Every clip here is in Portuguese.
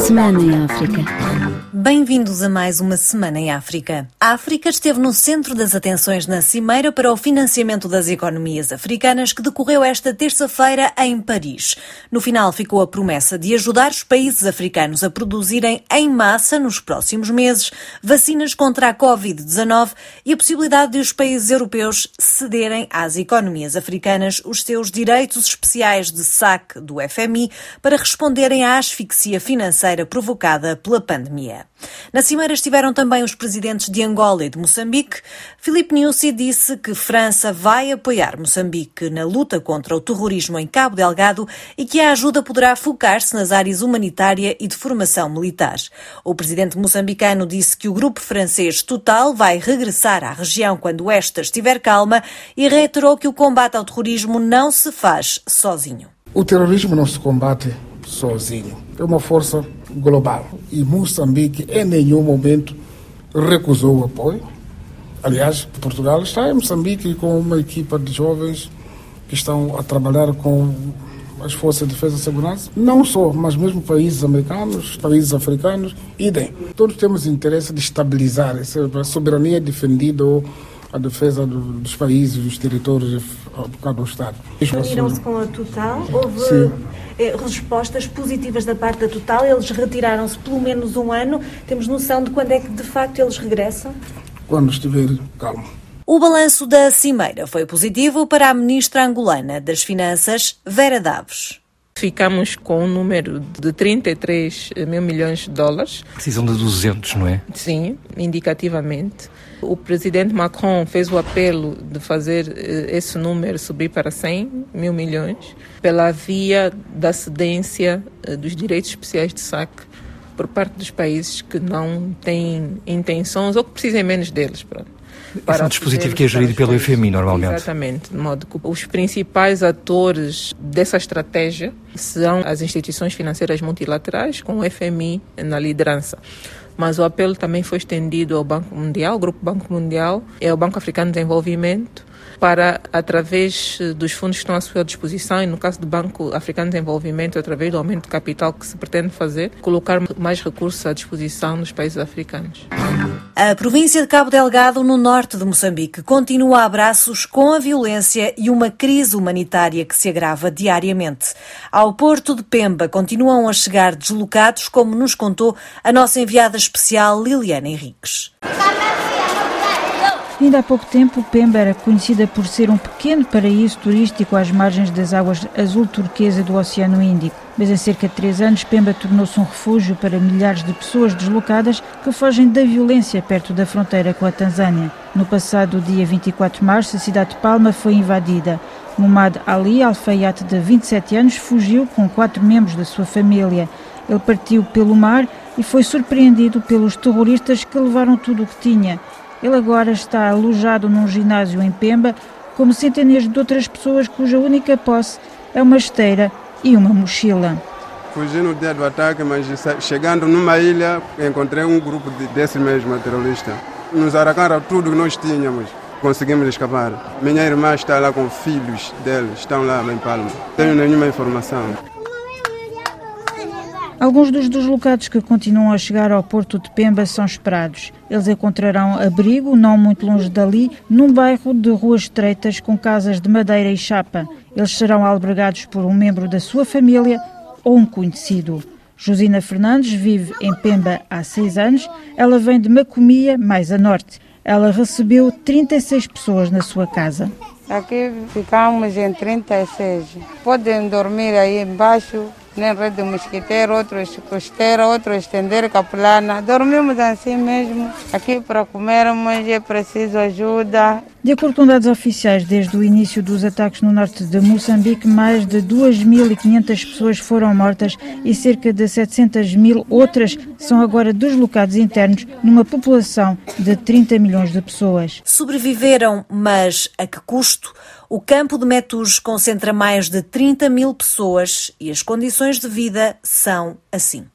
Semana em África. Bem-vindos a mais uma Semana em África. A África esteve no centro das atenções na Cimeira para o financiamento das economias africanas que decorreu esta terça-feira em Paris. No final ficou a promessa de ajudar os países africanos a produzirem em massa, nos próximos meses, vacinas contra a Covid-19 e a possibilidade de os países europeus cederem às economias africanas os seus direitos especiais de saque do FMI para responderem à asfixia financeira provocada pela pandemia. Na Cimeira estiveram também os presidentes de Angola e de Moçambique. Filipe Nyusi disse que França vai apoiar Moçambique na luta contra o terrorismo em Cabo Delgado e que a ajuda poderá focar-se nas áreas humanitária e de formação militar. O presidente moçambicano disse que o grupo francês Total vai regressar à região quando esta estiver calma e reiterou que o combate ao terrorismo não se faz sozinho. O terrorismo não se combate sozinho. É uma força global. E Moçambique, em nenhum momento, recusou o apoio. Aliás, Portugal está em Moçambique com uma equipa de jovens que estão a trabalhar com as forças de defesa e segurança. Não só, mas mesmo países americanos, países africanos, idem. Todos temos interesse de estabilizar a soberania defendida ou a defesa dos países, dos territórios do Estado. Reuniram-se com a Total? Houve respostas positivas da parte da Total? Eles retiraram-se pelo menos um ano? Temos noção de quando é que de facto eles regressam? Quando estiver calmo. O balanço da Cimeira foi positivo para a ministra angolana das Finanças, Vera Daves. Ficamos com um número de 33 mil milhões de dólares. Precisam de 200, não é? Sim, indicativamente. O presidente Macron fez o apelo de fazer esse número subir para 100 mil milhões pela via da cedência dos direitos especiais de saque por parte dos países que não têm intenções ou que precisem menos deles. Esse é um dispositivo que é gerido pelo FMI normalmente. Exatamente, de modo que os principais atores dessa estratégia são as instituições financeiras multilaterais, com o FMI na liderança. Mas o apelo também foi estendido ao Banco Mundial, o Grupo Banco Mundial e ao Banco Africano de Desenvolvimento, para, através dos fundos que estão à sua disposição, e no caso do Banco Africano de Desenvolvimento, através do aumento de capital que se pretende fazer, colocar mais recursos à disposição dos países africanos. A província de Cabo Delgado, no norte de Moçambique, continua a braços com a violência e uma crise humanitária que se agrava diariamente. Ao porto de Pemba continuam a chegar deslocados, como nos contou a nossa enviada especial Liliana Henriques. Ainda há pouco tempo, Pemba era conhecida por ser um pequeno paraíso turístico às margens das águas azul-turquesa do Oceano Índico. Mas em cerca de 3 anos, Pemba tornou-se um refúgio para milhares de pessoas deslocadas que fogem da violência perto da fronteira com a Tanzânia. No passado dia 24 de março, a cidade de Palma foi invadida. Muhammad Ali Al-Fayat, de 27 anos, fugiu com 4 membros da sua família. Ele partiu pelo mar e foi surpreendido pelos terroristas que levaram tudo o que tinha. Ele agora está alojado num ginásio em Pemba, como centenas de outras pessoas cuja única posse é uma esteira e uma mochila. Fugi no dia do ataque, mas chegando numa ilha, encontrei um grupo desse mesmo terrorista. Nos arrancaram tudo que nós tínhamos. Conseguimos escapar. Minha irmã está lá com filhos deles, estão lá em Palma. Não tenho nenhuma informação. Alguns dos deslocados que continuam a chegar ao porto de Pemba são esperados. Eles encontrarão abrigo, não muito longe dali, num bairro de ruas estreitas com casas de madeira e chapa. Eles serão albergados por um membro da sua família ou um conhecido. Josina Fernandes vive em Pemba há 6 anos. Ela vem de Macomia, mais a norte. Ela recebeu 36 pessoas na sua casa. Aqui ficamos em 36. Podem dormir aí embaixo, nem rede de mosquiteiro, outros costeira, outros estender capulana. Dormimos assim mesmo. Aqui para comermos é preciso ajuda. De acordo com dados oficiais, desde o início dos ataques no norte de Moçambique, mais de 2.500 pessoas foram mortas e cerca de 700.000 outras são agora deslocados internos numa população de 30 milhões de pessoas. Sobreviveram, mas a que custo? O campo de Metus concentra mais de 30 mil pessoas e as condições de vida são assim.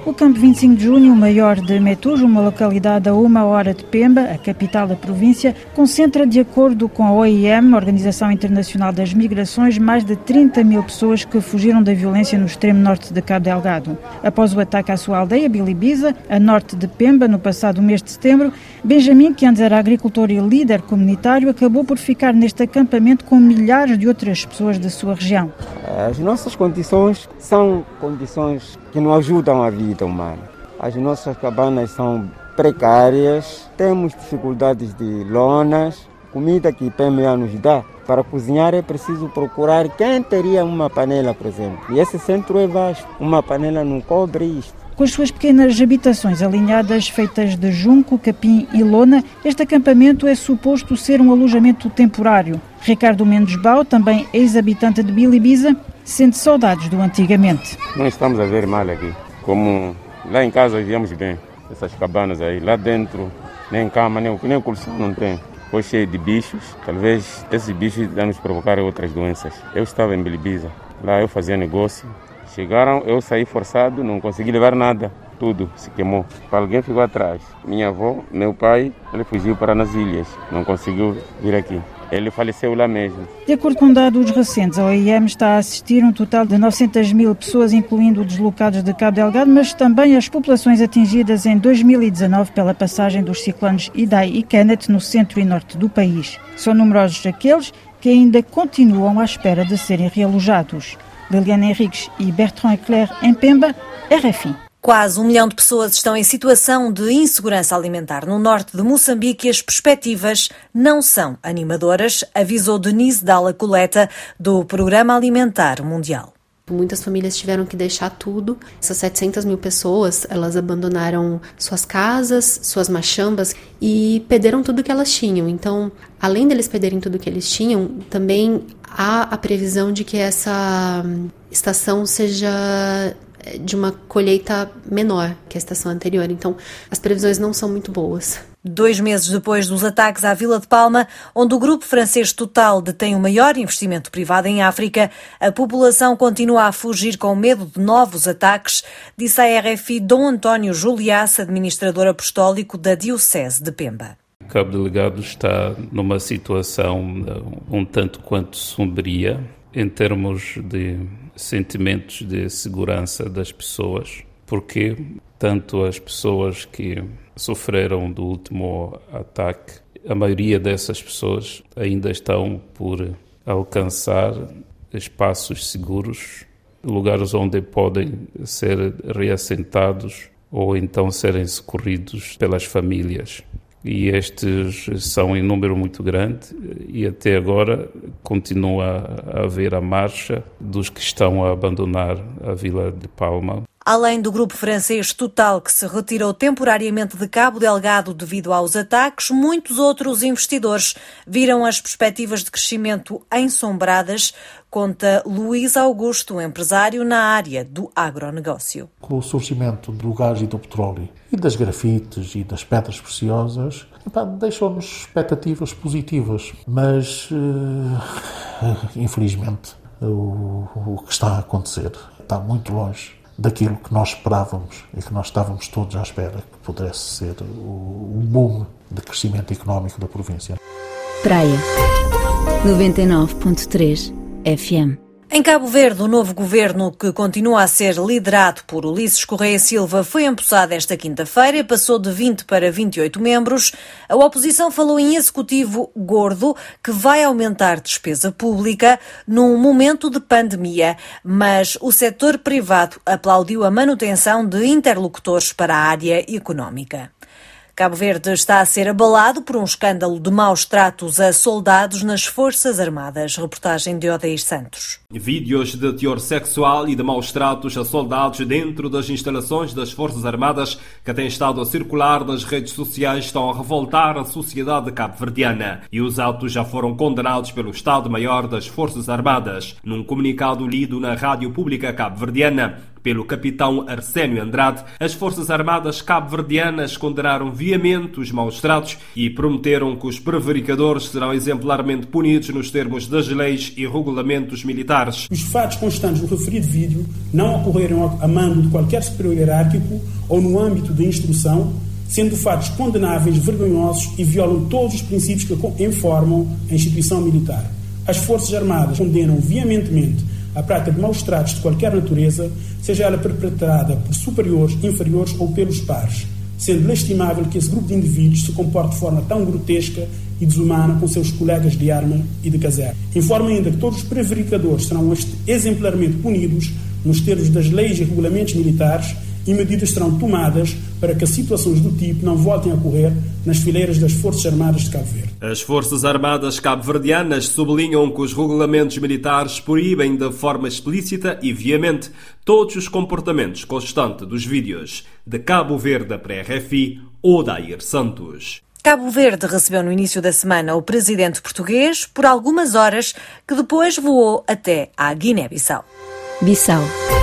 O campo 25 de junho, o maior de Metujo, uma localidade a 1 hora de Pemba, a capital da província, concentra, de acordo com a OIM, Organização Internacional das Migrações, mais de 30 mil pessoas que fugiram da violência no extremo norte de Cabo Delgado. Após o ataque à sua aldeia, Bilibiza, a norte de Pemba, no passado mês de setembro, Benjamin, que antes era agricultor e líder comunitário, acabou por ficar neste acampamento com milhares de outras pessoas da sua região. As nossas condições são condições que não ajudam a vida humana. As nossas cabanas são precárias, temos dificuldades de lonas, comida que Pemba nos dá. Para cozinhar é preciso procurar quem teria uma panela, por exemplo. E esse centro é vasto, uma panela não cobre isto. Com as suas pequenas habitações alinhadas, feitas de junco, capim e lona, este acampamento é suposto ser um alojamento temporário. Ricardo Mendes Bau, também ex-habitante de Bilibiza, sente saudades do antigamente. Não estamos a ver mal aqui. Como lá em casa vivíamos bem, essas cabanas aí. Lá dentro, nem cama, nem colchão não tem. Foi cheio de bichos. Talvez esses bichos já nos provocaram outras doenças. Eu estava em Bilibiza. Lá eu fazia negócio. Chegaram, eu saí forçado, não consegui levar nada. Tudo se queimou. Alguém ficou atrás. Minha avó, meu pai, ele fugiu para nas ilhas. Não conseguiu vir aqui. Ele faleceu lá mesmo. De acordo com dados recentes, a OIM está a assistir um total de 900 mil pessoas, incluindo deslocados de Cabo Delgado, mas também as populações atingidas em 2019 pela passagem dos ciclones Idai e Kenneth no centro e norte do país. São numerosos aqueles que ainda continuam à espera de serem realojados. Liliana Henriques e Bertrand Eclair em Pemba, RFI. Quase 1 milhão de pessoas estão em situação de insegurança alimentar no norte de Moçambique e as perspectivas não são animadoras, avisou Denise Dalla Coleta, do Programa Alimentar Mundial. Muitas famílias tiveram que deixar tudo. Essas 700 mil pessoas, elas abandonaram suas casas, suas machambas e perderam tudo que elas tinham. Então, além deles perderem tudo que eles tinham, também há a previsão de que essa estação seja de uma colheita menor que a estação anterior. Então, as previsões não são muito boas. 2 meses depois dos ataques à Vila de Palma, onde o grupo francês Total detém o maior investimento privado em África, a população continua a fugir com medo de novos ataques, disse à RFI Dom António Juliás, administrador apostólico da Diocese de Pemba. Cabo Delgado está numa situação um tanto quanto sombria em termos de sentimentos de segurança das pessoas, porque tanto as pessoas que sofreram do último ataque, a maioria dessas pessoas ainda estão por alcançar espaços seguros, lugares onde podem ser reassentados ou então serem socorridos pelas famílias. E estes são em número muito grande e até agora continua a haver a marcha dos que estão a abandonar a Vila de Palma. Além do grupo francês Total, que se retirou temporariamente de Cabo Delgado devido aos ataques, muitos outros investidores viram as perspectivas de crescimento ensombradas, conta Luís Augusto, empresário na área do agronegócio. Com o surgimento do gás e do petróleo e das grafites e das pedras preciosas, deixou-nos expectativas positivas, mas infelizmente o que está a acontecer está muito longe daquilo que nós esperávamos e que nós estávamos todos à espera que pudesse ser um boom de crescimento económico da província. Praia 99.3 FM. Em Cabo Verde, o novo governo, que continua a ser liderado por Ulisses Correia Silva, foi empossado esta quinta-feira e passou de 20 para 28 membros. A oposição falou em executivo gordo, que vai aumentar despesa pública num momento de pandemia, mas o setor privado aplaudiu a manutenção de interlocutores para a área económica. Cabo Verde está a ser abalado por um escândalo de maus tratos a soldados nas Forças Armadas. Reportagem de Odeir Santos. Vídeos de teor sexual e de maus tratos a soldados dentro das instalações das Forças Armadas que têm estado a circular nas redes sociais estão a revoltar a sociedade cabo-verdiana. E os atos já foram condenados pelo Estado-Maior das Forças Armadas. Num comunicado lido na Rádio Pública Cabo-Verdiana, Pelo capitão Arsénio Andrade, as Forças Armadas cabo-verdianas condenaram viamente os maus-tratos e prometeram que os prevaricadores serão exemplarmente punidos nos termos das leis e regulamentos militares. Os fatos constantes do referido vídeo não ocorreram a mando de qualquer superior hierárquico ou no âmbito de instrução, sendo fatos condenáveis, vergonhosos e violam todos os princípios que informam a instituição militar. As Forças Armadas condenam veementemente a prática de maus-tratos de qualquer natureza, seja ela perpetrada por superiores, inferiores ou pelos pares, sendo lastimável que esse grupo de indivíduos se comporte de forma tão grotesca e desumana com seus colegas de arma e de caserna. Informa ainda que todos os prevaricadores serão exemplarmente punidos nos termos das leis e regulamentos militares e medidas serão tomadas para que situações do tipo não voltem a ocorrer nas fileiras das Forças Armadas de Cabo Verde. As Forças Armadas cabo-verdianas sublinham que os regulamentos militares proíbem de forma explícita e veemente todos os comportamentos constantes dos vídeos. De Cabo Verde para a RFI, Odair Santos. Cabo Verde recebeu no início da semana o presidente português por algumas horas, que depois voou até à Guiné-Bissau. Bissau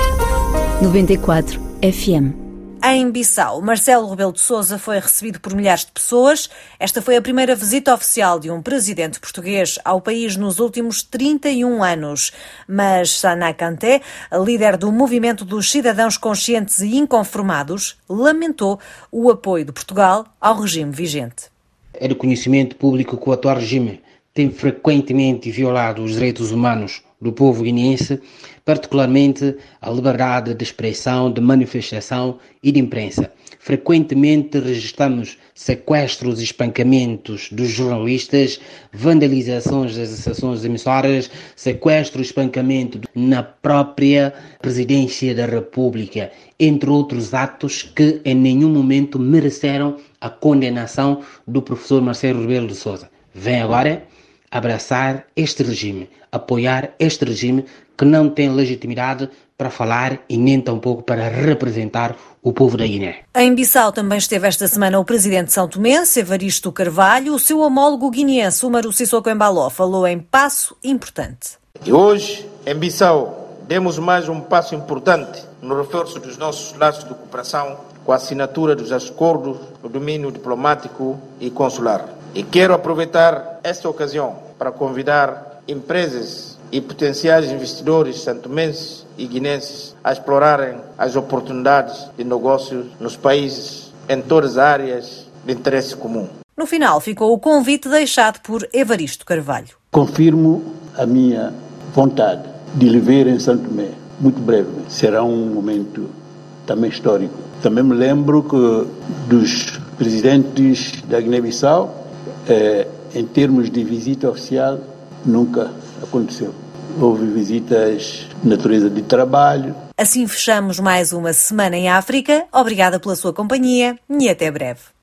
94 FM. Em Bissau, Marcelo Rebelo de Sousa foi recebido por milhares de pessoas. Esta foi a primeira visita oficial de um presidente português ao país nos últimos 31 anos. Mas Sana Kanté, a líder do movimento dos cidadãos conscientes e inconformados, lamentou o apoio de Portugal ao regime vigente. É de conhecimento público que o atual regime tem frequentemente violado os direitos humanos do povo guineense, particularmente a liberdade de expressão, de manifestação e de imprensa. Frequentemente registramos sequestros e espancamentos dos jornalistas, vandalizações das estações emissoras, sequestro e espancamento na própria Presidência da República, entre outros atos que em nenhum momento mereceram a condenação do professor Marcelo Rebelo de Sousa. Vem agora abraçar este regime, apoiar este regime que não tem legitimidade para falar e nem tampouco para representar o povo da Guiné. Em Bissau também esteve esta semana o presidente são tomense, Evaristo Carvalho. O seu homólogo guineense, Umaru Sissoko Embaló, falou em passo importante. E hoje, em Bissau, demos mais um passo importante no reforço dos nossos laços de cooperação com a assinatura dos acordos no domínio diplomático e consular. E quero aproveitar esta ocasião para convidar empresas e potenciais investidores santomenses e guinenses a explorarem as oportunidades de negócios nos países em todas as áreas de interesse comum. No final ficou o convite deixado por Evaristo Carvalho. Confirmo a minha vontade de lhe ver em São Tomé, muito brevemente. Será um momento também histórico. Também me lembro que dos presidentes da Guiné-Bissau, em termos de visita oficial, nunca aconteceu. Houve visitas de natureza de trabalho. Assim fechamos mais uma semana em África. Obrigada pela sua companhia e até breve.